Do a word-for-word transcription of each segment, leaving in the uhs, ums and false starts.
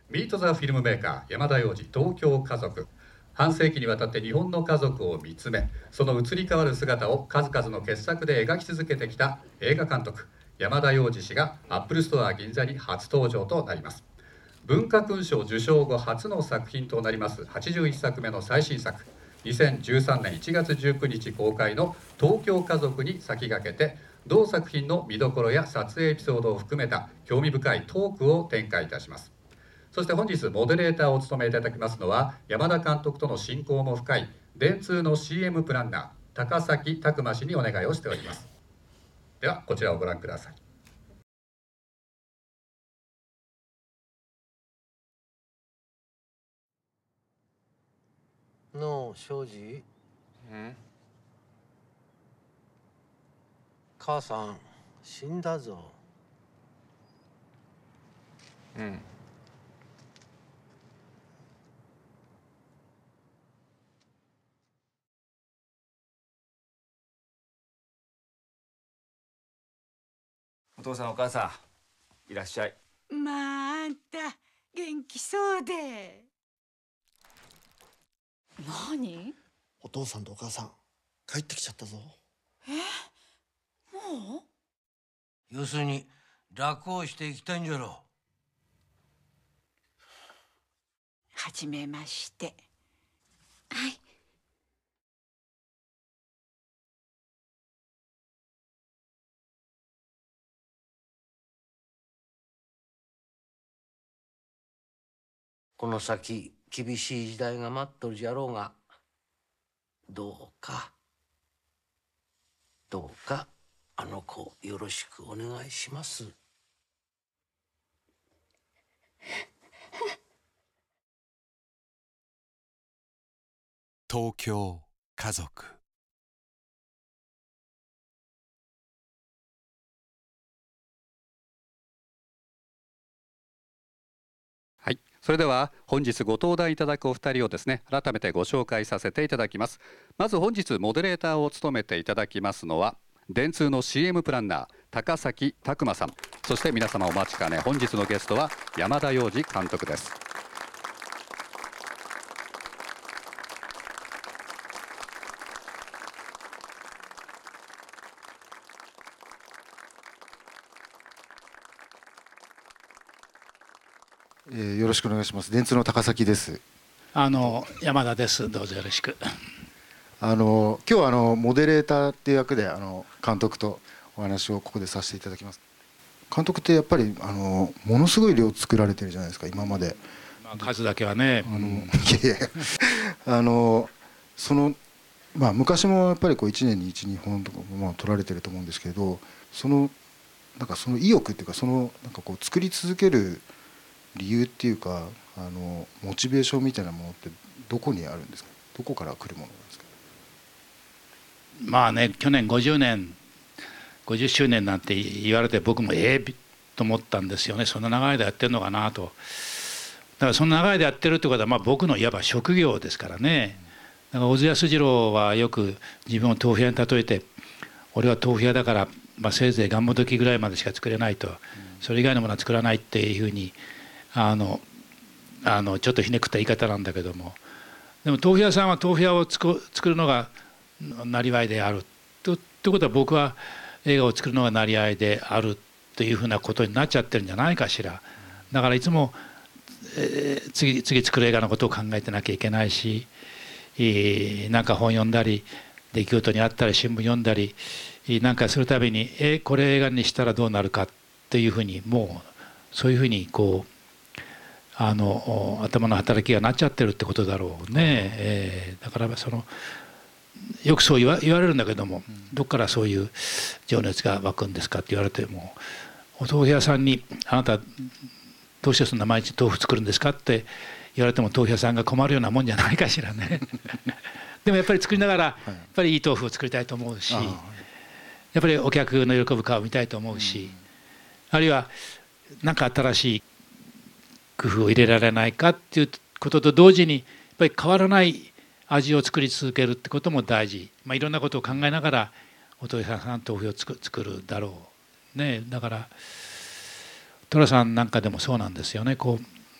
ミート・ザ・フィルムメーカー山田洋次東京家族。半世紀にわたって日本の家族を見つめ、その移り変わる姿を数々の傑作で描き続けてきた映画監督山田洋次氏がアップルストア銀座に初登場となります。文化勲章受章後初の作品となりますはちじゅういっさくめの最新作、にせんじゅうさんねんいちがつじゅうくにち公開の東京家族に先駆けて、同作品の見どころや撮影エピソードを含めた興味深いトークを展開いたします。そして本日モデレーターを務めいただきますのは、山田監督との親交も深い電通の シーエム プランナー高崎拓磨氏にお願いをしております。ではこちらをご覧ください。 の庄司、 うん、 母さん死んだぞ。 うん。お父さんお母さんいらっしゃい。 まああんた元気そうで。何？ お父さんとお母さん帰ってきちゃったぞ。 え、もう？ 要するに楽をしていきたいんじゃろ。 はじめまして。はい。 この先厳しい時代が待っとるじゃろうが、どうかどうかあの子よろしくお願いします。 東京家族。 はい、それでは本日ご登壇いただくお二人をですね、改めてご紹介させていただきます。まず本日モデレーターを務めていただきますのは電通の シーエム プランナー高崎拓磨さん、そして皆様お待ちかね、本日のゲストは山田洋次監督です。 えー、よろしくお願いします。電通の高崎です。 あの山田です。どうぞよろしく。 あの今日はあのモデレーターっていう役であの監督とお話をここでさせていただきます。監督ってやっぱりあのものすごい量作られてるじゃないですか、今まで。 まあ、数だけはね。 あのいやいやあのそのまあ昔もやっぱりこういちねんにいち、にほんとかまあ撮られてると思うんですけど、そのなんかその意欲っていうか、そのなんかこう作り続ける理由っていうか、あのモチベーションみたいなものってどこにあるんですか？どこから来るものなんですか？ まあね、去年ごじゅうねんごじゅっしゅうねんなんて言われて、僕もええと思ったんですよね。そんな長い間やってるのかなと。だからそんな長い間やってるってことは、まあ僕のいわば職業ですからね。だから小津安二郎はよく自分を豆腐屋に例えて、俺は豆腐屋だから、まあ、せいぜいがんもどきぐらいまでしか作れないと、それ以外のものは作らないっていうふうにあのあのちょっとひねくった言い方なんだけども、でも豆腐屋さんは豆腐屋を作るのがなりわいであるということは、僕は映画を作るのがなりわいであるというふうなことになっちゃってるんじゃないかしら。だからいつも、えー、次次作る映画のことを考えてなきゃいけないし、えー、なんか本読んだり出来事にあったり新聞読んだりなんかするたびに、えー、これ映画にしたらどうなるかっていうふうに、もうそういうふうにこうあの頭の働きがなっちゃってるってことだろうね。えー、だからそのよくそう言わ言われるんだけども、どっからそういう情熱が湧くんですかって言われても、お豆腐屋さんに「あなたどうしてそんな毎日豆腐作るんですか?」って言われても、豆腐屋さんが困るようなもんじゃないかしらね。でもやっぱり作りながらやっぱりいい豆腐を作りたいと思うし、やっぱりお客の喜ぶ顔を見たいと思うし、あるいは何か新しい工夫を入れられないかっていうことと同時に、やっぱり変わらない味を作り続けるってことも大事。まあ、いろんなことを考えながらお豆腐屋さん豆腐を作るだろうね。だから寅さんなんかでもそうなんですよね。こう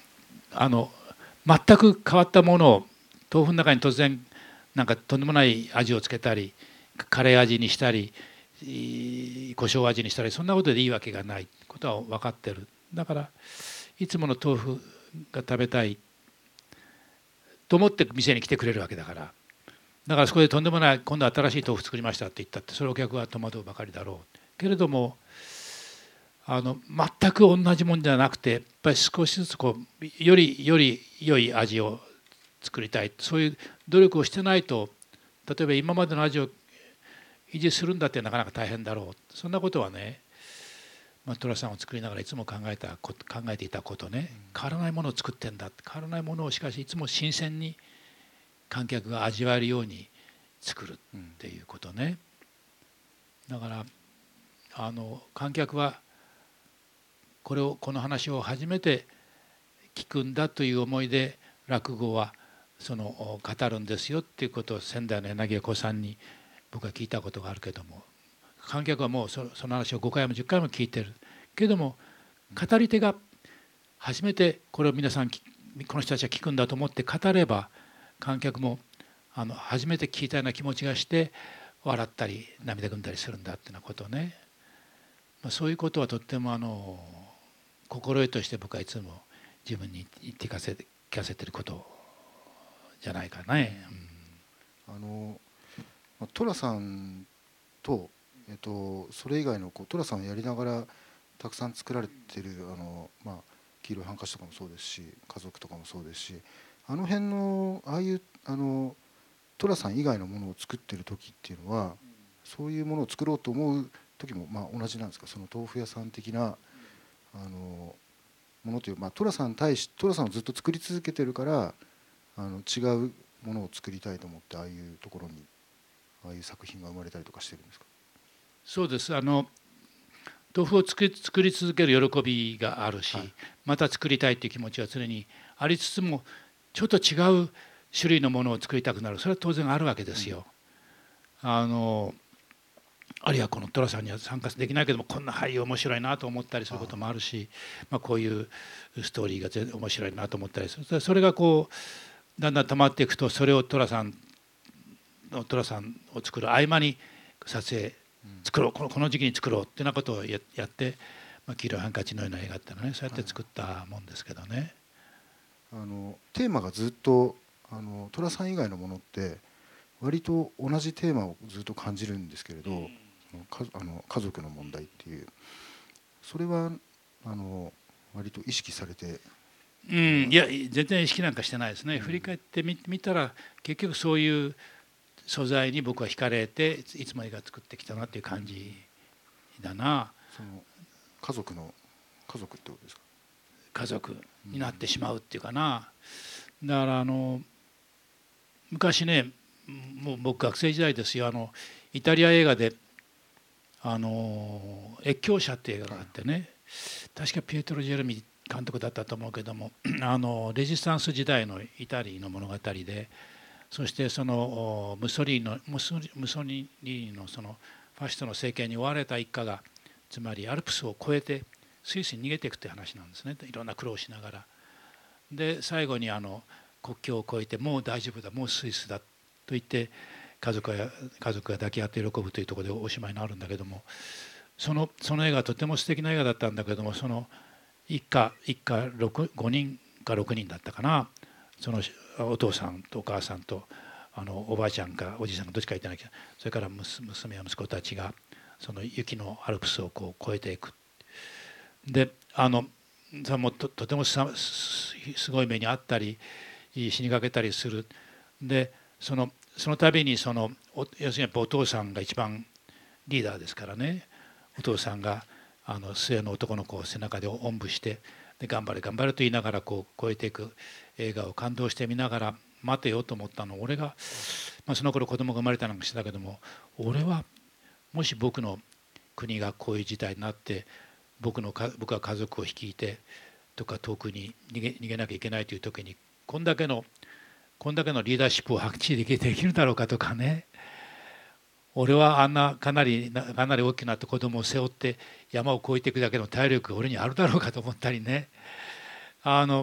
あの全く変わったものを豆腐の中に突然なんかとんでもない味をつけたりカレー味にしたり胡椒味にしたりそんなことでいいわけがないことは分かってる。だからいつもの豆腐が食べたいと思って店に来てくれるわけだから。だからそこでとんでもない今度新しい豆腐作りましたって言ったってそれお客は戸惑うばかりだろうけれどもあの全く同じもんじゃなくてやっぱり少しずつこうよりより良い味を作りたいそういう努力をしてないと例えば今までの味を維持するんだってなかなか大変だろうそんなことはね、まあ、寅さんを作りながらいつも考えたこと考えていたことね変わらないものを作ってんだ変わらないものをしかしいつも新鮮に観客が味わえるように作るっていうことね。だからあの観客はこれをこの話を初めて聞くんだという思いで落語はその語るんですよっていうことを仙台の柳家小さんに僕は聞いたことがあるけども観客はもうその話をごかいもじゅっかいも聞いてるけども語り手が初めてこれを皆さんこの人たちは聞くんだと思って語れば観客もあの初めて聞いたような気持ちがして笑ったり涙ぐんだりするんだっていうようなことをね、まあ、そういうことはとってもあの心得として僕はいつも自分に言って聞かせて聞かせてることじゃないかね。 うん、あの寅さんと、えっと、それ以外のこう寅さんをやりながらたくさん作られてるあの、まあ、黄色いハンカチとかもそうですし家族とかもそうですしあの辺のああいうあの寅さん以外のものを作ってる時っていうのはそういうものを作ろうと思う時もまあ同じなんですかその豆腐屋さん的なあのものというまあ寅さんに対し寅さんをずっと作り続けてるからあの違うものを作りたいと思ってああいうところにああいう作品が生まれたりとかしてるんですか。 そうですあの豆腐を作り、作り続ける喜びがあるし、はい、また作りたいという気持ちは常にありつつもちょっと違う種類のものを作りたくなるそれは当然あるわけですよ。うん、あのあるいはこの寅さんには参加できないけどもこんな俳優面白いなと思ったりすることもあるしまあ、こういうストーリーが全然面白いなと思ったりするそれがこうだんだん溜まっていくとそれを寅さんの寅さんを作る合間に撮影作ろうこのこの時期に作ろうっていうようなことをやって、まあ、黄色いハンカチのような映画ってのはねそうやって作ったもんですけどね。 あのテーマがずっとあの寅さん以外のものって割と同じテーマをずっと感じるんですけれど、うん、かあの家族の問題っていうそれはあの割と意識されて、 うん、いや全然意識なんかしてないですね。うん、振り返ってみ見たら結局そういう素材に僕は惹かれていつも映画作ってきたなっていう感じだな。 その家族の家族ってことですか。 家族になってしまうっていうかな。だからあの昔ねもう僕学生時代ですよあのイタリア映画であの越境者っていう映画があってね確かピエトロ・ジェレミ監督だったと思うけどもあのレジスタンス時代のイタリーの物語でそしてそのムソリーニのムソムソリーニのそのファシストの政権に追われた一家がつまりアルプスを越えてスイスに逃げていくという話なんですね。いろんな苦労をしながらで最後にあの国境を越えてもう大丈夫だもうスイスだと言って家族が家族が抱き合って喜ぶというところでおしまいになるんだけどもそのその映画はとても素敵な映画だったんだけどもその一家一家ごにんかろくにんだったかなそのお父さんとお母さんとあのおばあちゃんかおじいさんかどっちか言ってなきゃそれから娘や息子たちがその雪のアルプスをこう越えていく。であのそれも と, とてもすごい目にあったり死にかけたりする。でそのその度にその要するにやっぱお父さんが一番リーダーですからねお父さんがあの末の男の子を背中でおんぶしてで頑張れ頑張れと言いながらこう越えていく映画を感動して見ながら待てよと思ったの俺が、まあ、その頃子供が生まれたなんかしてたけども俺はもし僕の国がこういう事態になって僕のか僕が家族を率いてとか遠くに逃げ逃げなきゃいけないという時にこんだけのこんだけのリーダーシップを発揮できできるだろうかとかね俺はあんなかなりかなり大きくなった子供を背負って山を越えていくだけの体力が俺にあるだろうかと思ったりねあの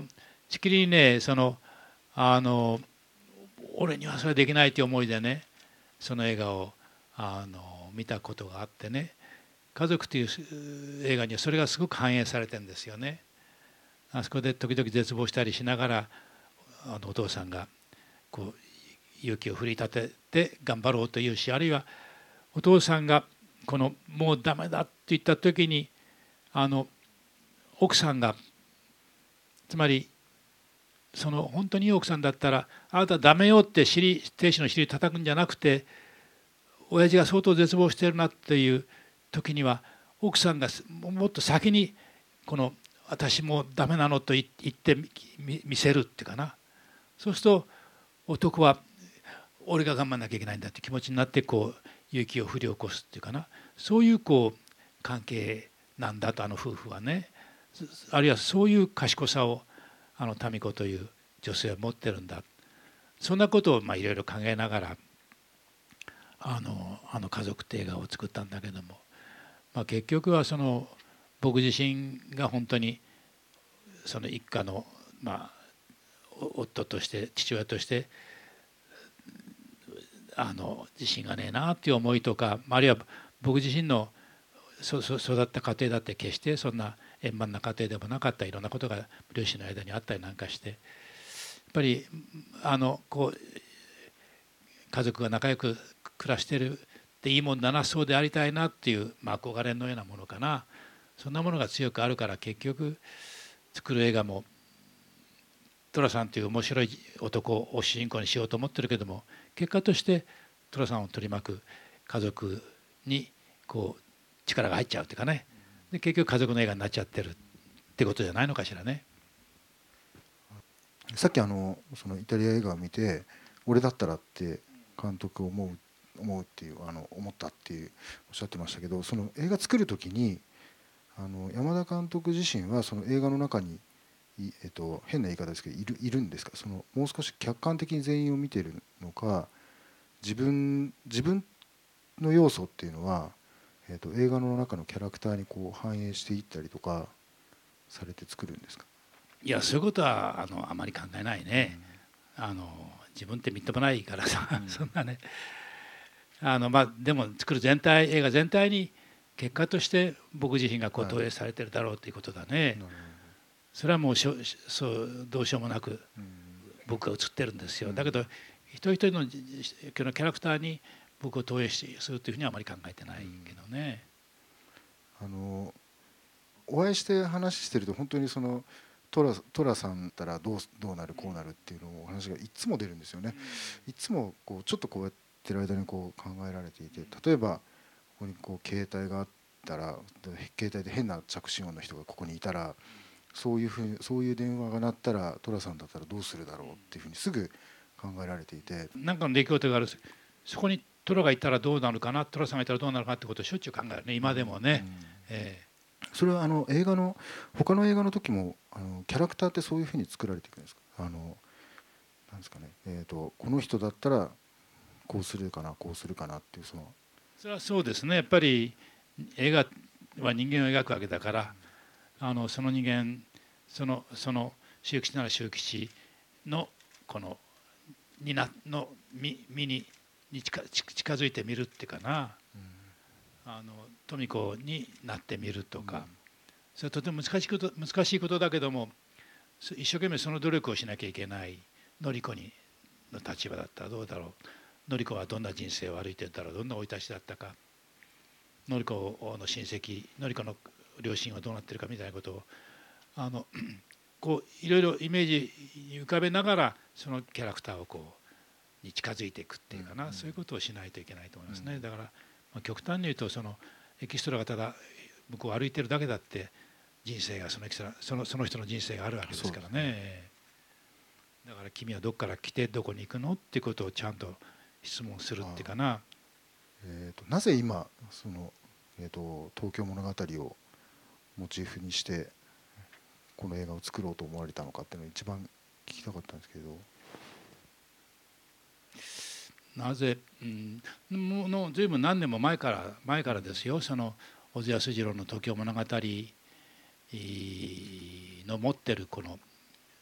しきりにねそのあの俺にはそれできないという思いでねその映画をあの見たことがあってね、家族という映画にはそれがすごく反映されてるんですよね。あそこで時々絶望したりしながらあのお父さんがこう勇気を振り立てて頑張ろうというし、あるいはお父さんがこのもうダメだって言った時にあの奥さんがつまりその本当にいい奥さんだったらあなたダメよって尻亭主の尻叩くんじゃなくて、親父が相当絶望してるなっていう時には奥さんがもっと先にこの私もうダメなのと言って見せるっていうかな、そうすると男は俺が頑張んなきゃいけないんだって気持ちになってこう勇気を振り起こすっていうかな、そういうこう関係なんだとあの夫婦はね、あるいはそういう賢さをあの民子という女性は持ってるんだ、そんなことをまあいろいろ考えながらあのあの家族って映画を作ったんだけども、まあ、結局はその僕自身が本当にその一家のまあ夫として父親としてあの自信がねえなっていう思いとか、あるいは僕自身のそそ育った家庭だって決してそんな円満な家庭でもなかった、いろんなことが両親の間にあったりなんかして、やっぱりあのこう家族が仲良く暮らしてるっていいもんだな、そうでありたいなっていう、まあ、憧れのようなものかな、そんなものが強くあるから結局作る映画も寅さんという面白い男を主人公にしようと思ってるけども、結果として寅さんを取り巻く家族にこう力が入っちゃうっていうかね、で結局家族の映画になっちゃってるってことじゃないのかしらね。 さっきあのそのイタリア映画を見て俺だったらって監督思う思うっていうあの思ったっていうおっしゃってましたけど、その映画作る時にあの山田監督自身はその映画の中にい、えっと、変な言い方ですけどいるいるんですか、そのもう少し客観的に全員を見てるのか、自分自分の要素っていうのは、えっと、映画の中のキャラクターにこう反映していったりとかされて作るんですか。 いやそういうことはあのあまり考えないね、うん、あの自分ってみっともないからさ、うん、そんなねあのまあでも作る全体映画全体に結果として僕自身がこう投影されてるだろうということだね、はい、それはもうしょそうどうしようもなく僕が映ってるんですよ、うん、だけど一人一人のキャラクターに僕を投影するというふうにはあまり考えてないけどね、 うん、あのお会いして話してると本当にその寅さんだったらどうどうなるこうなるっていうのをお話がいつも出るんですよね、うん、いつもこうちょっとこうやってる間にこう考えられていて、例えばここにこう携帯があったら携帯で変な着信音の人がここにいたらそういうふうそういう電話が鳴ったら寅さんだったらどうするだろうっていうふうにすぐ考えられていて、 何かの出来事がある、そこに寅がいたらどうなるかな、寅さんがいたらどうなるかってことをしょっちゅう考えるね今でもね、うんえーそれはあの映画の他の映画の時もあのキャラクターってそういうふうに作られていくんですか。あのなんですかね、えーと、この人だったらこうするかなこうするかなっていうそのそれはそうですね、やっぱり映画は人間を描くわけだから、あのその人間そのその周吉なら周吉のこのになの身にに近近づいてみるっていうかな、うん、あの富子になってみるとか、うん、それはとても難しいこと難しいことだけども一生懸命その努力をしなきゃいけない。典子にの立場だったらどうだろう、典子はどんな人生を歩いてるだろう、どんな生い立ちだったか、典子の親戚典子の両親はどうなってるかみたいなことをあのこういろいろイメージに浮かべながらそのキャラクターをこうに近づいていくっていうかな、うん、そういうことをしないといけないと思いますね、うん、だから、まあ、極端に言うとそのエキストラがただ向こうを歩いてるだけだって人生がそのエキストラそのその人の人生があるわけですからね。だから君はどこから来てどこに行くのっていうことをちゃんと質問するっていうかな。 えーと、なぜ今その、えーと、東京物語をモチーフにしてこの映画を作ろうと思われたのかっていうのを一番聞きたかったんですけど。 なぜ、うん、もうの随分何年も前から前からですよ。その小津安二郎の東京物語の持ってるこの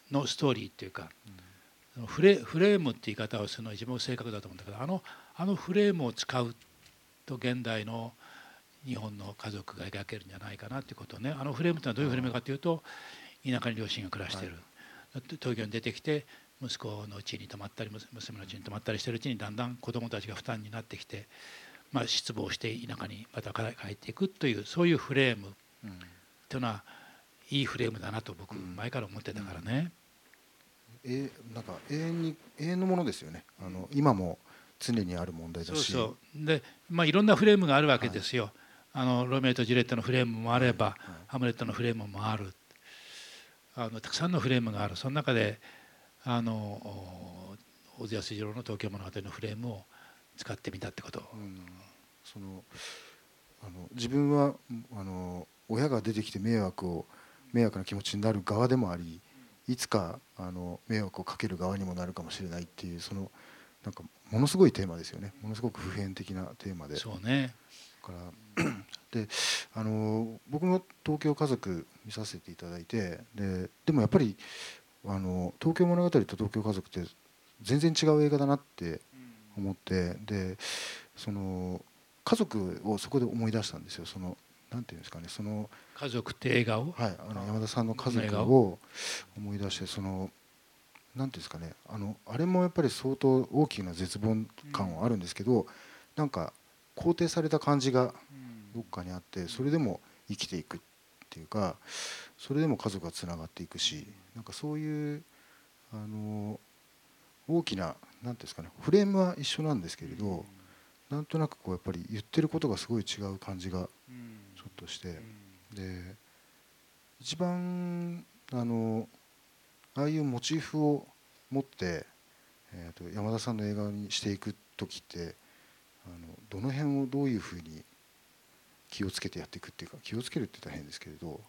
のストーリーっていうか、うん、フレフレームって言い方をするのが一番正確だと思うんだけど、あのあのフレームを使うと現代の日本の家族が描けるんじゃないかなっていうことをね。あのフレームってのはどういうフレームかというと、田舎に両親が暮らしている、はい、東京に出てきて息子の家に泊まったり娘の家に泊まったりしてるうちにだんだん子どもたちが負担になってきて、まあ、失望して田舎にまた帰っていくという、そういうフレームというのはいいフレームだなと僕前から思ってたからね。 うんうん、えなんか永遠に永遠のものですよね。あの今も常にある問題だし。 そうそうで、まあ、いろんなフレームがあるわけですよ。はい、あのロメオとジュレットのフレームもあれば、はいはい、ハムレットのフレームもある。あのたくさんのフレームがある。その中であの小津安二郎の東京物語のフレームを使ってみたってこと。うん、 そのあの自分はあの親が出てきて迷惑を迷惑な気持ちになる側でもあり、いつかあの迷惑をかける側にもなるかもしれないっていう、そのなんかものすごいテーマですよね。ものすごく普遍的なテーマで。 そうね。 からであの僕も東京家族見させていただいて、ででもやっぱりあの東京物語と東京家族って全然違う映画だなって思って、でその家族をそこで思い出したんですよ。そのなんていうんですかね、その家族って映画を、 はい、あの山田さんの家族を思い出して、そのなんていうんですかね、あのあれもやっぱり相当大きな絶望感はあるんですけど、なんか肯定された感じがどっかにあって、それでも生きていくっていうか、それでも家族がつながっていくし、なんかそういうあの大きななんていうんですかね、フレームは一緒なんですけれど、なんとなくこうやっぱり言ってることがすごい違う感じがちょっとして、で一番あのああいうモチーフを持って、えー、と山田さんの映画にしていく時って、あのどの辺をどういうふうに気をつけてやっていくっていうか、気をつけるって言ったら変ですけれど、あの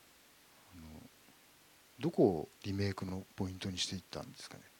どこをリメイクのポイントにしていったんですかね。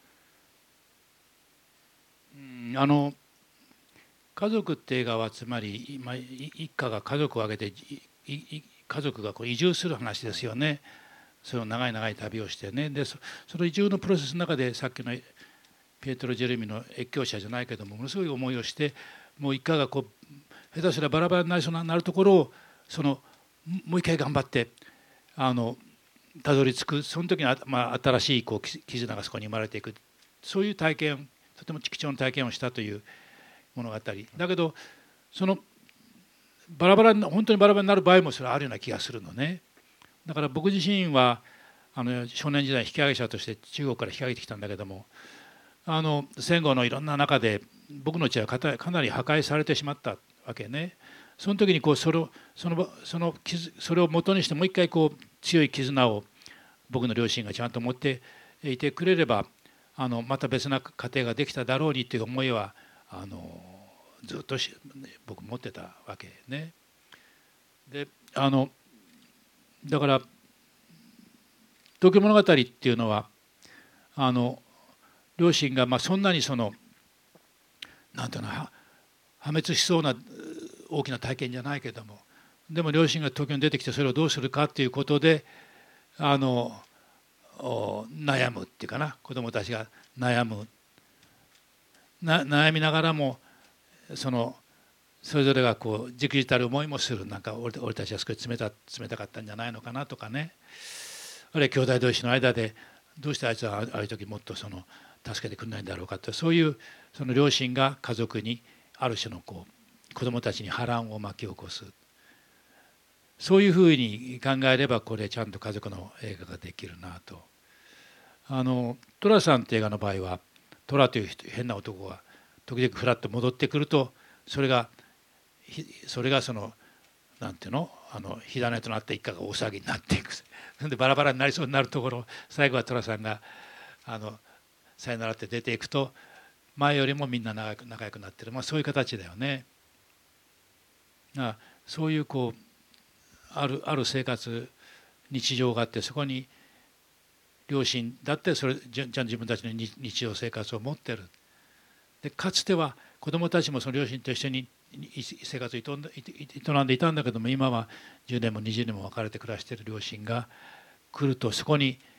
うん、あの家族って映画はつまり今一家が家族を挙げて家族がこう移住する話ですよね。その長い長い旅をしてね、で そ, その移住のプロセスの中でさっきのピエトロ・ジェレミの越境者じゃないけども、ものすごい思いをして、もう一家がこう下手すらバラバラになりそうになるところをそのもう一回頑張ってあのたどり着く。その時に、まあ、新しいこう絆がそこに生まれていく、そういう体験、とても貴重な体験をしたという物語だけど、そのバラバラに本当にバラバラになる場合もそれはあるような気がするのね。だから僕自身はあの少年時代引き上げ者として中国から引き上げてきたんだけども、あの戦後のいろんな中で僕の家はかなり破壊されてしまったわけね。その時にこうそれをそのそのそれを元にしてもう一回こう強い絆を僕の両親がちゃんと持っていてくれれば、あのまた別な家庭ができただろうにという思いはあのずっとし僕持ってたわけね。であのだから東京物語っていうのはあの両親がまあそんなにそのなんていうの破滅しそうな大きな体験じゃないけれども、でも両親が東京に出てきてそれをどうするかっていうことであの悩むっていうかな、子どもたちが悩むな悩みながらもそのそれぞれがこうじくじたる思いもする。なんか 俺, 俺たちは少し冷た冷たかったんじゃないのかなとかね、あるいは兄弟同士の間でどうしてあいつはああいう時もっとその助けてくれないんだろうかと、そういうその両親が家族にある種のこう子どもたちに波乱を巻き起こす、そういうふうに考えればこれちゃんと家族の映画ができるなと。あの寅さんって映画の場合は寅という変な男が時々ふらっと戻ってくると、それがそれがそのなんていうのあの火種となった一家が大騒ぎになっていく。でバラバラになりそうになるところ、最後は寅さんがあのさよならって出ていくと前よりもみんな仲良く仲良くなってる、まあ、そういう形だよね。あそういうこうあるある生活日常があって、そこに両親だってそれじゃじゃ自分たちの日常生活を持ってる。でかつては子どもたちもその両親と一緒に生活を営んで営んでいたんだけども、今はじゅうねんもにじゅうねんも別れて暮らしている両親が来ると、そこに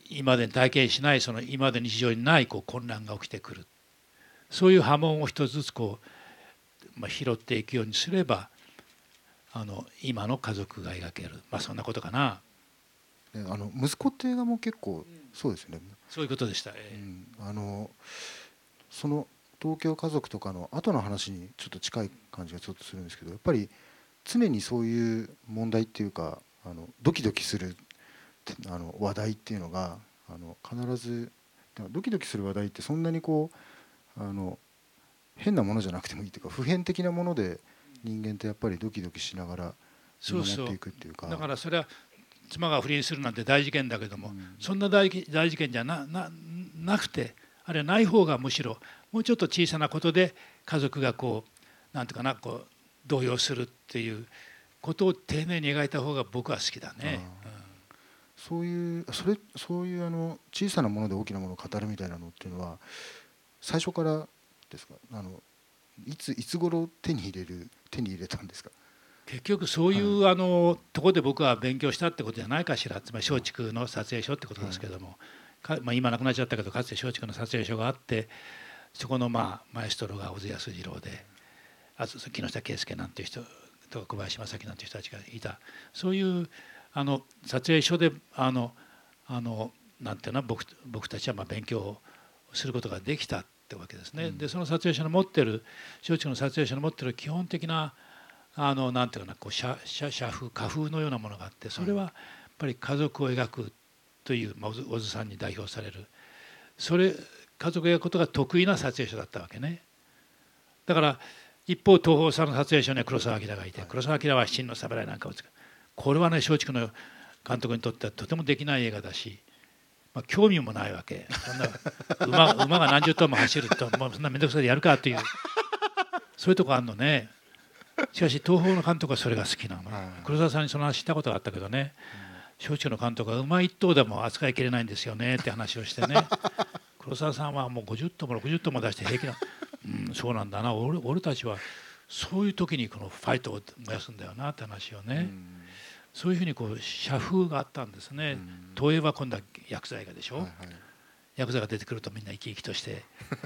今までに体験しないその今まで日常にないこう混乱が起きてくる、そういう波紋を一つずつこう、まあ、拾っていくようにすればあの今の家族が描ける、まあそんなことかな。 ね、あの息子って映画も結構そうですよね。 そういうことでした。えうん、あのその東京家族とかの後の話にちょっと近い感じがちょっとするんですけど、やっぱり常にそういう問題っていうか、あのドキドキするあの話題っていうのがあの必ずドキドキする話題ってそんなにこうあの変なものじゃなくてもいいというか、普遍的なもので人間ってやっぱりドキドキしながら見守っていくっていうか。 だからそれは妻が不倫するなんて大事件だけども、うん、そんな大大事件じゃ な, な, なくて、あるいはない方がむしろもうちょっと小さなことで家族がこうなんていうかな、こう動揺するっていうことを丁寧に描いた方が僕は好きだね。うん、 そういうそれそういうあの小さなもので大きなものを語るみたいなのっていうのは最初からですか？あのいついつ頃手に入れる手に入れたんですか？ 結局そういう、はい、あのところで僕は勉強したってことじゃないかしら。つまり松竹の撮影所ってことですけども、はい、まあ、今なくなっちゃったけどかつて松竹の撮影所があって、そこのまあマエストロが小津安二郎で、あと木下圭介なんていう人と小林正樹なんていう人たちがいた、そういうあの撮影所であのあのなんていうの、僕僕たちはまあ勉強をすることができたってわけですね。うん、でその撮影所の持ってる松竹の撮影所の持ってる基本的なあのなんていうかな、こう写写写風家風のようなものがあって、それはやっぱり家族を描くという、まあ、小津さんに代表される、それ家族を描くことが得意な撮影所だったわけね。だから一方東宝さんの撮影所には黒澤明がいて、黒澤明は真の侍なんかを作る。これはね松竹の監督にとってはとてもできない映画だし、まあ、興味もないわけ。そんな 馬, 馬が何十頭も走ると、もうそんな面倒くさいでやるかという、そういうとこあるのね。しかし東宝の監督はそれが好きなの。黒澤さんにその話したことがあったけどね、松竹の監督は馬一頭でも扱いきれないんですよねって話をしてね、黒澤さんはもうごじゅっ頭もろくじゅっ頭も出して平気な、うん、そうなんだな、 俺, 俺たちはそういう時にこのファイトを燃やすんだよなって話をね、そういうふうにこう社風があったんですね。東映は今度は薬剤画でしょ、はいはい、薬剤が出てくるとみんな生き生きとして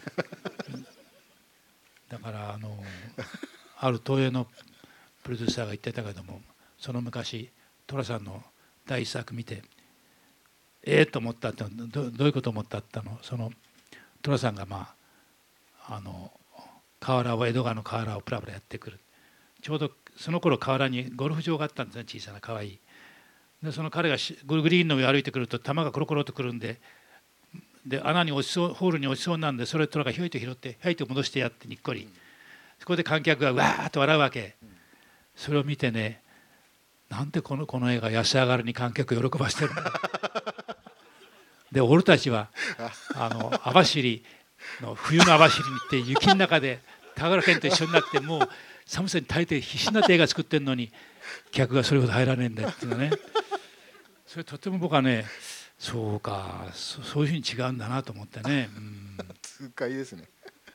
だからあのある東映のプロデューサーが言ってたけども、その昔寅さんの第一作見てええー、と思ったって ど, どういうこと思ったっての、その寅さんがまああの河原を江戸川の河原をプラプラやってくる。ちょうどその頃河原にゴルフ場があったんですね、小さな可愛い。でその彼がグリーンの上歩いてくると球がコロコロとくるんで、で穴に落ちそう、ホールに落ちそうなんで、それ虎がひょいと拾ってひょいと戻してやってにっこり、そこで観客がわーっと笑うわけ。それを見てね、なんでこのこの映画安上がりに観客を喜ばせてるんだで俺たちはあの網走の冬の網走に行って雪の中で高倉健と一緒になって、もう寒さに耐えて必死になって映画作ってるのに客がそれほど入らねえんだよっていうのね。それとても僕はね、そうか そ, そういうふうに違うんだなと思ってね。うん、 痛快ですね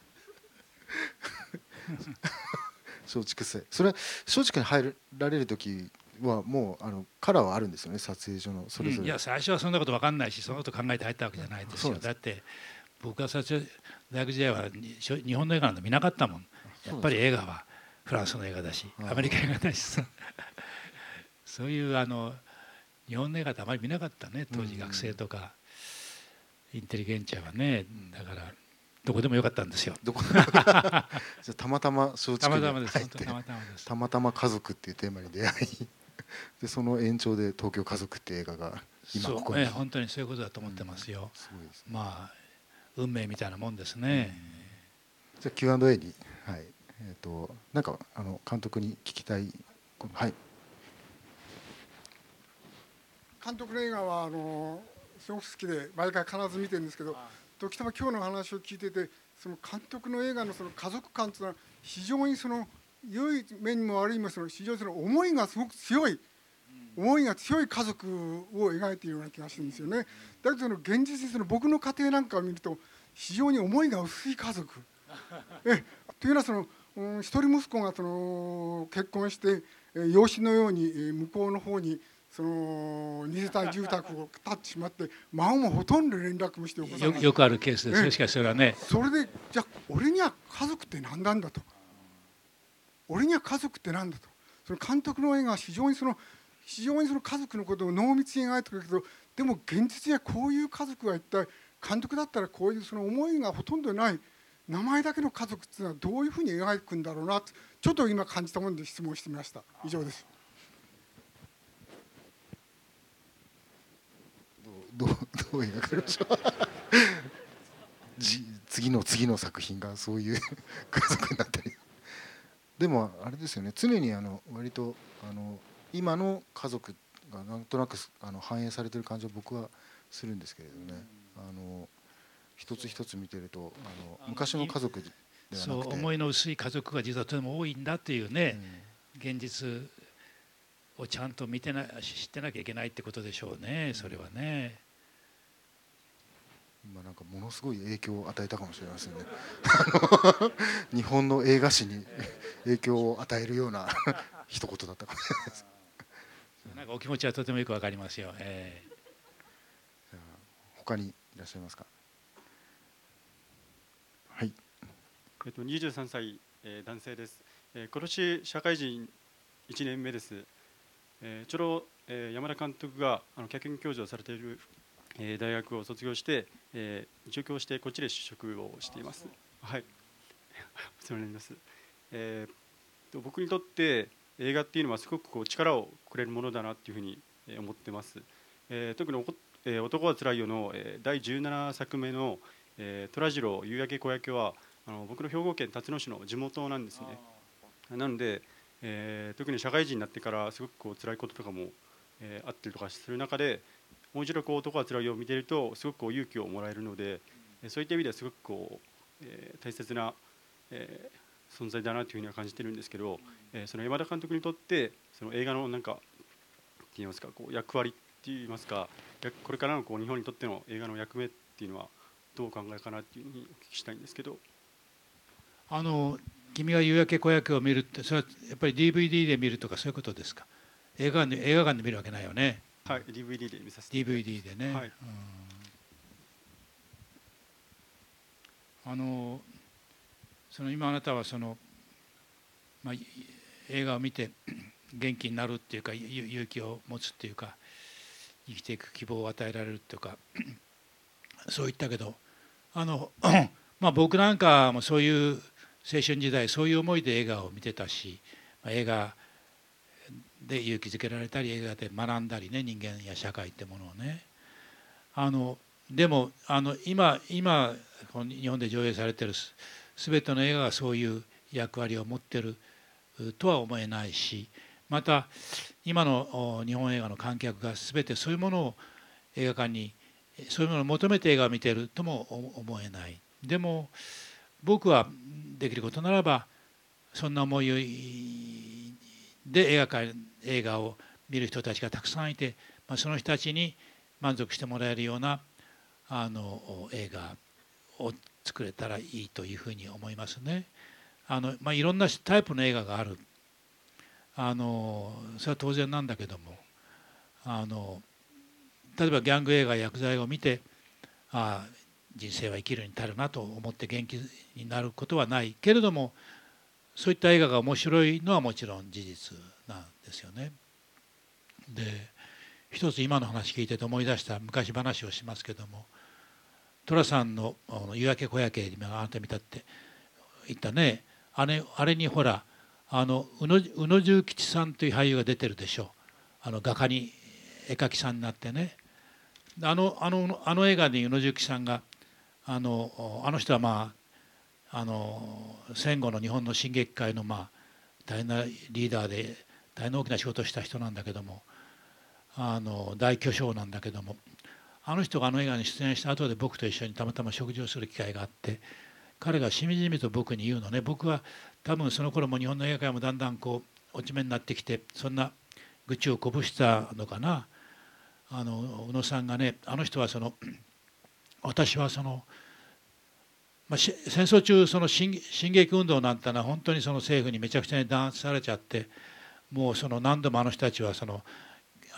松竹生それ松竹に入られる時はもうあのカラーはあるんですよね、撮影所のそれぞれ、うん、 いや最初はそんなこと分かんないし、そのこと考えて入ったわけじゃないですよ。だって僕が撮影大学時代は日本の映画なんて見なかったもん。やっぱり映画はフランスの映画だしアメリカ映画だしさそういうあの日本の映画ってあまり見なかったね当時、学生とかインテリゲンチャーはね。だからどこでもよかったんですよ。どこじゃたまたま松竹に入ってたまたまです。 たまたま家族っていうテーマに出会いでその延長で東京家族っていう映画が今ここに、 そう、ね、本当にそういうことだと思ってますよ。うん、すごいですね。まあ運命みたいなもんですね。 うん、じゃあ キューアンドエー に、はい、えーとなんかあの監督に聞きたい、はい。 監督の映画はあのすごく好きで毎回必ず見てるんですけど、時たま今日の話を聞いてて、その監督の映画のその家族観というのは非常にその良い面にも悪い面もその非常にその思いがすごく強い、思いが強い家族を描いているような気がするんですよね。だけどその現実にその僕の家庭なんかを見ると非常に思いが薄い家族えというのはその、うん、一人息子がその結婚して養子のように向こうの方にそのに世帯住宅を建ってしまって孫もほとんど連絡もしてお子さんよよくあるケースですよ。しかしそれはね、 それでじゃあ俺には家族って何なんだと、俺には家族って何だと、その監督の映画は非常にその非常にその家族のことを濃密に描いてくるけど、でも現実にはこういう家族が一体監督だったらこういうその思いがほとんどない名前だけの家族っていうのはどういうふうに描くんだろうなってちょっと今感じたもので質問してみました。以上です。 どうどうどう描かれましょうじ次の次の作品がそういう家族になったりでもあれですよね、常にあの割とあの今の家族がなんとなくあの反映されてる感じは僕はするんですけれどね、あの一つ一つ見てるとあの昔の家族ではなくてそう思いの薄い家族が実はとても多いんだっていうね、うん、現実をちゃんと見てな知ってなきゃいけないってことでしょうね、それはね。 まあなんかものすごい影響を与えたかもしれませんね日本の映画史に影響を与えるような一言だったかもしれないですなんかお気持ちはとてもよくわかりますよ、えー、 じゃあ他にいらっしゃいますか。はい、 えっと、にじゅうさんさい、えー、男性です、えー、今年社会人いちねんめです、えー、ちょうど、えー、山田監督があの客員教授をされている、えー、大学を卒業して、えー、上京してこっちで就職をしています。はい、お世話になります。えー、僕にとって映画っていうのはすごくこう力をくれるものだなっていうふうに思ってます。えー、特におこ、えー、男はつらいよの、えー、だいじゅうななさくめの、えー、虎次郎夕焼け小焼けはあの僕の兵庫県辰野市の地元なんですね。なので、えー、特に社会人になってからすごくこう辛いこととかも、えー、あったりとかする中でもう一度こう男はつらいよを見ているとすごくこう勇気をもらえるので、そういった意味ではすごくこう、えー、大切な、えー、存在だなというふうには感じているんですけど、えー、その山田監督にとってその映画のなんかって言いますかこう役割って言いますかこれからのこう日本にとっての映画の役目っていうのはどうお考えかなっていうふうにお聞きしたいんですけど。 あの君が夕焼け小焼けを見るってそれはやっぱり ディーブイディー で見るとかそういうことですか。映画館で映画館で見るわけないよね。 はい、ディーブイディー で見させて。 ディーブイディー でね。はい、うん、あのその今あなたはその、まあ、映画を見て元気になるっていうか勇気を持つっていうか生きていく希望を与えられるっていうかそう言ったけどあのまあ僕なんかもそういう青春時代そういう思いで映画を見てたし、まあ、映画で勇気づけられたり映画で学んだりね人間や社会ってものをねあのでもあの今今この日本で上映されてる全ての映画がそういう役割を持ってるとは思えないしまた今の日本映画の観客が全てそういうものを映画館にそういうものを求めて映画を見てるとも思えない。でも僕はできることならばそんな思いで映画館映画を見る人たちがたくさんいて、まあ、その人たちに満足してもらえるようなあの映画を作れたらいいというふうに思いますね。あの、まあ、いろんなタイプの映画があるあのそれは当然なんだけどもあの例えばギャング映画薬剤を見てああ人生は生きるに足るなと思って元気になることはないけれどもそういった映画が面白いのはもちろん事実なんですよね。で一つ今の話聞いてて思い出した昔話をしますけども寅さんの「夕焼け小焼け」今あなた見たって言ったねあれあれにほらあの宇野宇野重吉さんという俳優が出てるでしょ。あの画家に絵描きさんになってねあのあのあの映画で宇野重吉さんがあのあの人はまああの戦後の日本の新劇界のまあ大変なリーダーで大変な大きな仕事をした人なんだけどもあの大巨匠なんだけどもあの人があの映画に出演した後で僕と一緒にたまたま食事をする機会があって彼がしみじみと僕に言うのね。僕は多分その頃も日本の映画界もだんだんこう落ち目になってきてそんな愚痴をこぼしたのかな。あの宇野さんがねあの人はその私はその、まあ、戦争中その新新劇運動なんてのは本当にその政府にめちゃくちゃに弾圧されちゃってもうその何度もあの人たちはその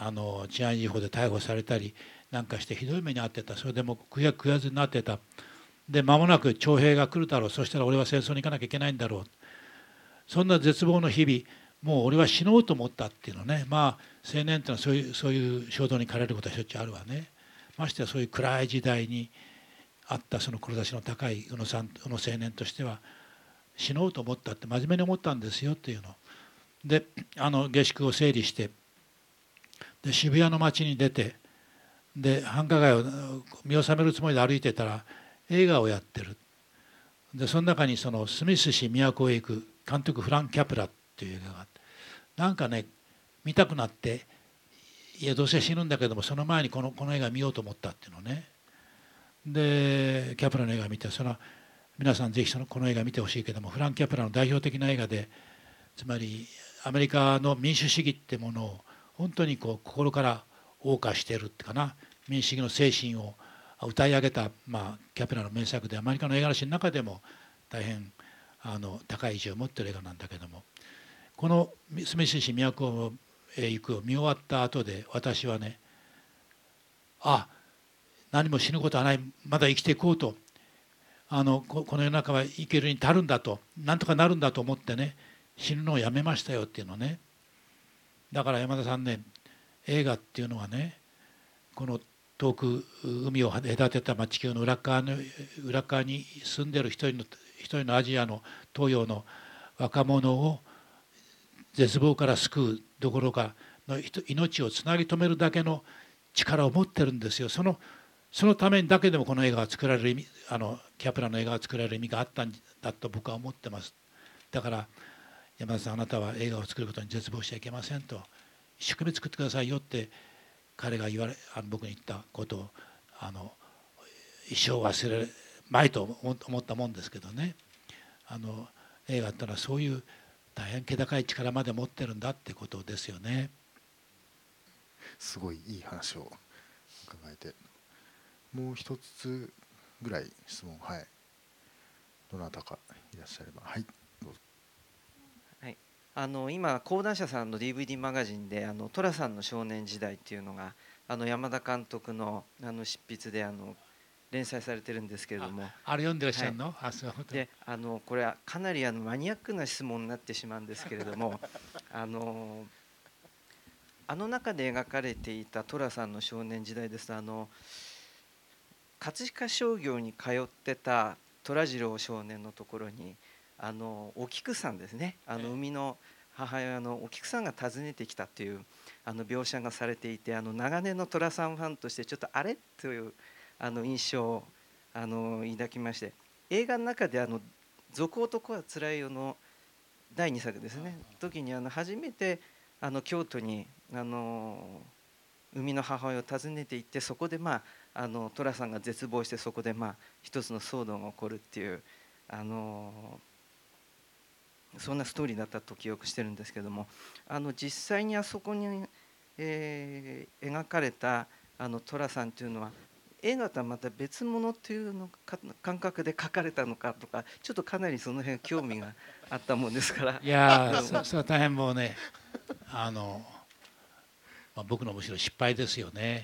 あの治安維持法で逮捕されたりなんかしてひどい目に遭ってた。それでもう悔や悔やずになってた。で間もなく徴兵が来るだろう、そしたら俺は戦争に行かなきゃいけないんだろう、そんな絶望の日々、もう俺は死のうと思ったっていうのね。まあ青年っていうのはそういうそういう衝動に駆られることはしょっちゅうあるわね。ましてやそういう暗い時代にあったその志の高い宇野さん、宇野青年としては死のうと思ったって真面目に思ったんですよっていうので、あの下宿を整理して、で渋谷の街に出て、で繁華街を見納めるつもりで歩いてたら映画をやってる。でその中にそのスミス氏都へ行く監督フランク・キャプラっていう映画があって、なんかね見たくなって、いやどうせ死ぬんだけどもその前にこのこの映画見ようと思ったっていうのね。でキャプラの映画見て、その皆さんぜひそのこの映画見てほしいけども、フランク・キャプラの代表的な映画で、つまりアメリカの民主主義ってものを本当にこう心から謳歌してるってかな、民主主義の精神を歌い上げた、まあ、キャプラの名作で、アメリカの映画史の中でも大変あの高い位置を持ってる映画なんだけども、このスミス氏都へ行くを見終わった後で私はね、あ何も死ぬことはない、まだ生きていこうと、あの こ, この世の中は生きるに足るんだと、なんとかなるんだと思ってね、死ぬのをやめましたよっていうのね。だから山田さんね、映画っていうのはね、この遠く海を隔てた地球の裏側の裏側に住んでる一人の一人のアジアの東洋の若者を絶望から救うどころかの命をつなぎ止めるだけの力を持ってるんですよ。そのそのためにだけでもこの映画が作られる意味、あのキャプラの映画が作られる意味があったんだと僕は思ってます。だから山田さん、あなたは映画を作ることに絶望しちゃいけませんと、一生懸命作ってくださいよって彼が言われあの僕に言ったことをあの一生忘れまいと思ったもんですけどね。あの映画ってのはそういう大変気高い力まで持ってるんだってことですよね。 すごいいい話を伺えて、もう一つぐらい質問、はい、どなたかいらっしゃれば、はい、どうぞ。 はい、あの今講談社さんの ディーブイディー マガジンであの寅さんの少年時代っていうのがあの山田監督のあの執筆であの連載されてるんですけれども、 あ, あれ読んでらっしゃるの、はい、あそうであのこれはかなりあのマニアックな質問になってしまうんですけれどもあのあの中で描かれていた寅さんの少年時代ですと、あの葛飾商業に通ってた寅次郎少年のところにあのお菊さんですね、あの生みの母親のお菊さんが訪ねてきたというあの描写がされていて、あの長年の寅さんファンとしてちょっとあれというあの印象をあの抱きまして、映画の中であの続男はつらいよのだいにさくですね時にあの初めてあの京都にあの生みの母親を訪ねていって、そこでまああの寅さんが絶望して、そこでまあ一つの騒動が起こるっていうあのそんなストーリーだったと記憶してるんですけども、あの実際にあそこに、えー、描かれたあの寅さんっていうのは映画とはまた別物っていうのか感覚で描かれたのかとか、ちょっとかなりその辺興味があったもんですから。 いやそそれは大変もうねあの、まあ、僕のむしろ失敗ですよね。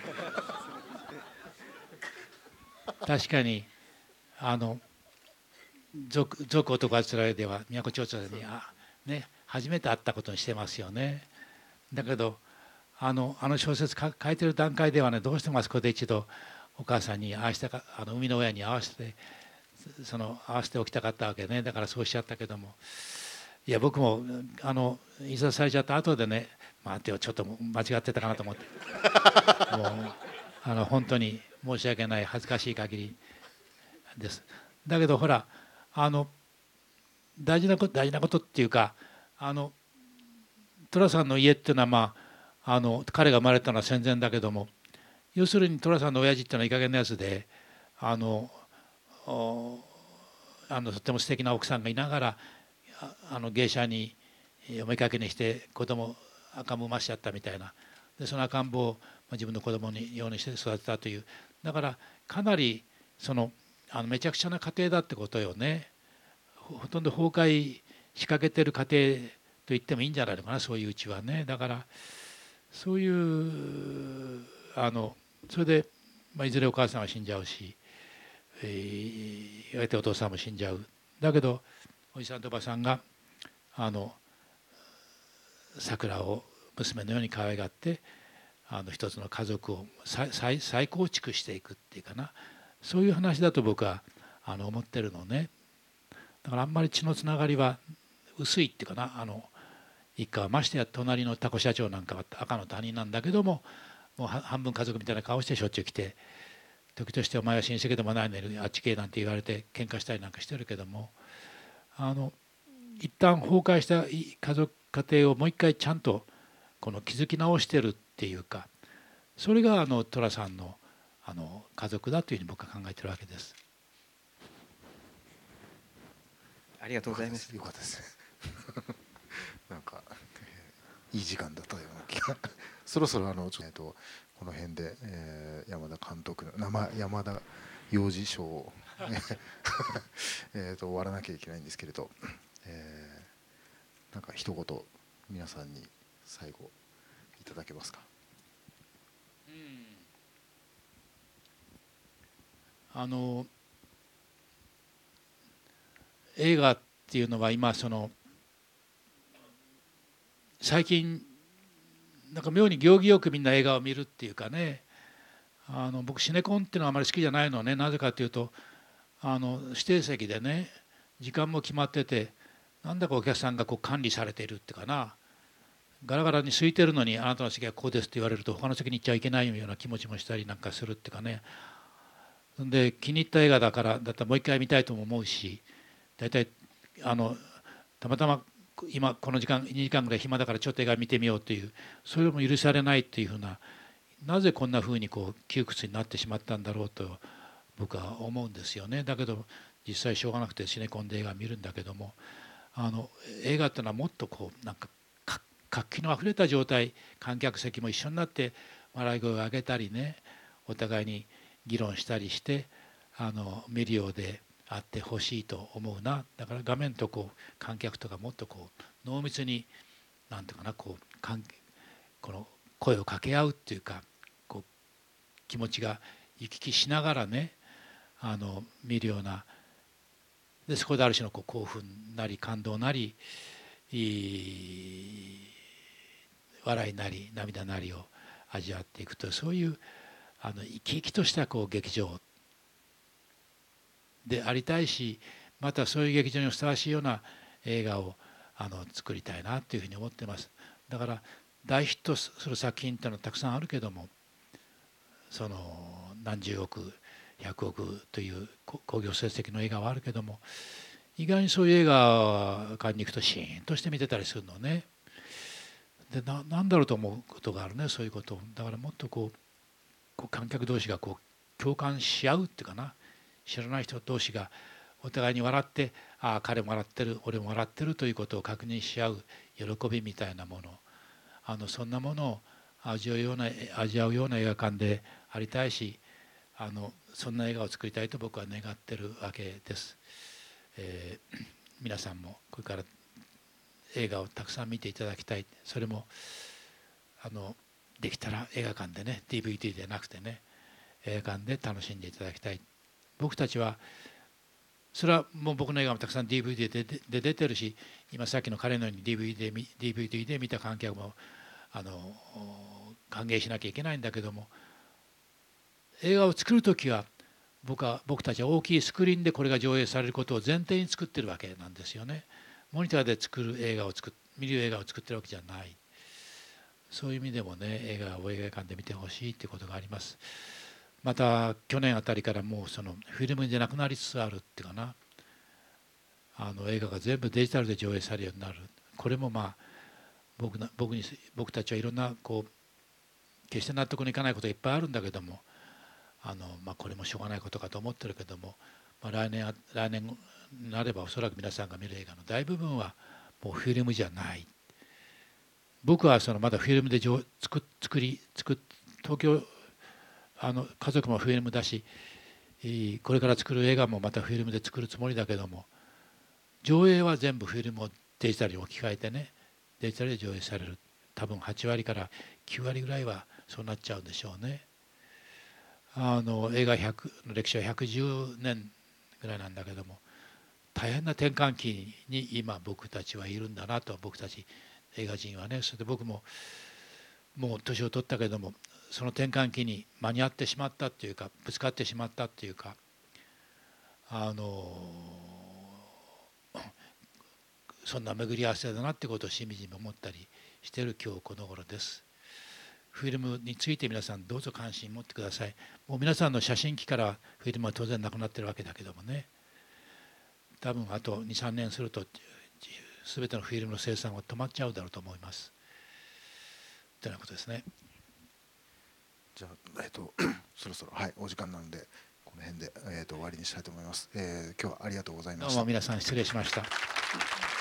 確かにあの続男はつらいでは都町長にあ、ね、初めて会ったことにしてますよね。だけどあのあの小説書いてる段階ではね、どうしてもあそこで一度お母さんに会わせたか、あの生みの親に会わせてその会わせておきたかったわけね。だからそうしちゃったけども、いや僕もあの印刷されちゃった後でね、待てよちょっと間違ってたかなと思ってもうあの本当に申し訳ない、恥ずかしい限りです。だけどほらあの大事なこと大事なことっていうか、あの寅さんの家っていうのはまああの彼が生まれたのは戦前だけども、要するに寅さんの親父っていうのはいい加減なやつで、あのあのとても素敵な奥さんがいながらあの芸者におめかけにして子供赤ん坊産ましちゃったみたいな、でその赤ん坊を自分の子供にようにして育てたという、だからかなりそのあのめちゃくちゃな家庭だってことよね。ほとんど崩壊しかけてる家庭と言ってもいいんじゃないのかな、そういううちはね。だからそういうあのそれで、まあ、いずれお母さんは死んじゃうし、えー、やがてお父さんも死んじゃう。だけどおじさんとおばさんがあの桜を娘のように可愛がってあの一つの家族を再再再構築していくっていうかな、そういう話だと僕はあの思ってるのね。だからあんまり血のつながりは薄いっていうかな、あの一家はましてや隣のタコ社長なんかは赤の他人なんだけども、もう半分家族みたいな顔してしょっちゅう来て、時としてお前は親戚でもないのにあっち系なんて言われて喧嘩したりなんかしてるけども、あの一旦崩壊した家族家庭をもう一回ちゃんとこの築き直してるっていうか、それがあの寅さんのあの家族だというふうに僕は考えてるわけです。 ありがとうございます。 よかったです。なんか、えー、いい時間だったような気が。そろそろあのちょっとこの辺で、えー、山田監督の名前山田洋次賞をえと終わらなきゃいけないんですけれど、えー、なんか一言皆さんに最後いただけますか。 うん、あの映画っていうのは今その最近なんか妙に行儀よくみんな映画を見るっていうかね、あの僕シネコンっていうのはあまり好きじゃないのね。なぜかというとあの指定席でね時間も決まってて、なんだかお客さんがこう管理されているっていうかな、ガラガラに空いてるのにあなたの席はこうですって言われると他の席に行っちゃいけないような気持ちもしたりなんかするっていうかね。で気に入った映画だからだったらもう一回見たいとも思うし、大体あのたまたま今この時間にじかんぐらい暇だからちょっと映画見てみようという、それも許されないっていうふうな、なぜこんなふうにこう窮屈になってしまったんだろうと僕は思うんですよね。だけど実際しょうがなくてシネコンで映画見るんだけども、あの映画っていうのはもっとこうなんか活気のあふれた状態、観客席も一緒になって笑い声を上げたりね、お互いに議論したりしてあの見るようであってほしいと思うな。だから画面とこう観客とかもっとこう濃密になんていうかな、こう関この声を掛け合うっていうか、こう気持ちが行き来しながらねあの見るような、でそこである種のこう興奮なり感動なり笑いなり涙なりを味わっていくという、そういうあの生き生きとしたこう劇場でありたいし、またそういう劇場にふさわしいような映画をあの作りたいなというふうに思ってます。だから大ヒットする作品っていうのはたくさんあるけども、その何十億ひゃくおくという興行成績の映画はあるけども、意外にそういう映画館に行くとシーンとして見てたりするのね。で な, なんだろうと思うことがあるね、そういうこと。だからもっとこう、こう観客同士がこう共感し合うっていうかな、知らない人同士がお互いに笑って、ああ彼も笑ってる俺も笑ってるということを確認し合う喜びみたいなもの、あのそんなものを味わうような味わうような映画館でありたいし、あのそんな映画を作りたいと僕は願ってるわけです。えー、皆さんもこれから映画をたくさん見ていただきたい。それもあのできたら映画館でね、 ディーブイディー でなくてね、映画館で楽しんでいただきたい。僕たちはそれはもう僕の映画もたくさん ディーブイディー で, で出てるし、今さっきの彼のように ディーブイディー で ディーブイディー で見た観客もあの歓迎しなきゃいけないんだけども、映画を作る時は僕は僕たちは大きいスクリーンでこれが上映されることを前提に作ってるわけなんですよね。モニターで作る映画を作っ見る映画を作ってるわけじゃない。そういう意味でもね、映画を映画館で見てほしいということがあります。また去年あたりからもうそのフィルムでなくなりつつあるっていうかな、あの映画が全部デジタルで上映されるようになる。これもまあ 僕, な 僕, に僕たちはいろんなこう決して納得のいかないことがいっぱいあるんだけども、あの、まあ、これもしょうがないことかと思ってるけども、まあ、来年来年になればおそらく皆さんが見る映画の大部分はもうフィルムじゃない。僕はそのまだフィルムで作作り作東京あの家族もフィルムだし、これから作る映画もまたフィルムで作るつもりだけども、上映は全部フィルムをデジタルに置き換えてね、デジタルで上映される。 多分はち割からきゅう割ぐらいはそうなっちゃうんでしょうね。あの映画ひゃくの歴史はひゃくじゅうねんぐらいなんだけども、大変な転換期に今僕たちはいるんだなと、僕たち映画人はね。それで僕ももう年を取ったけども、その転換期に間に合ってしまったっていうか、ぶつかってしまったっていうか、あのそんな巡り合わせだなってことをしみじみ思ったりしている今日この頃です。フィルムについて皆さんどうぞ関心持ってください。もう皆さんの写真機からフィルムは当然なくなってるわけだけどもね、多分あとにさんねんすると全てのフィルムの生産は止まっちゃうだろうと思います。というようなことですね。 じゃあ、えっと、そろそろ、はい、お時間なのでこの辺で、えー、と終わりにしたいと思います。えー、今日はありがとうございました。 どうも皆さん失礼しました。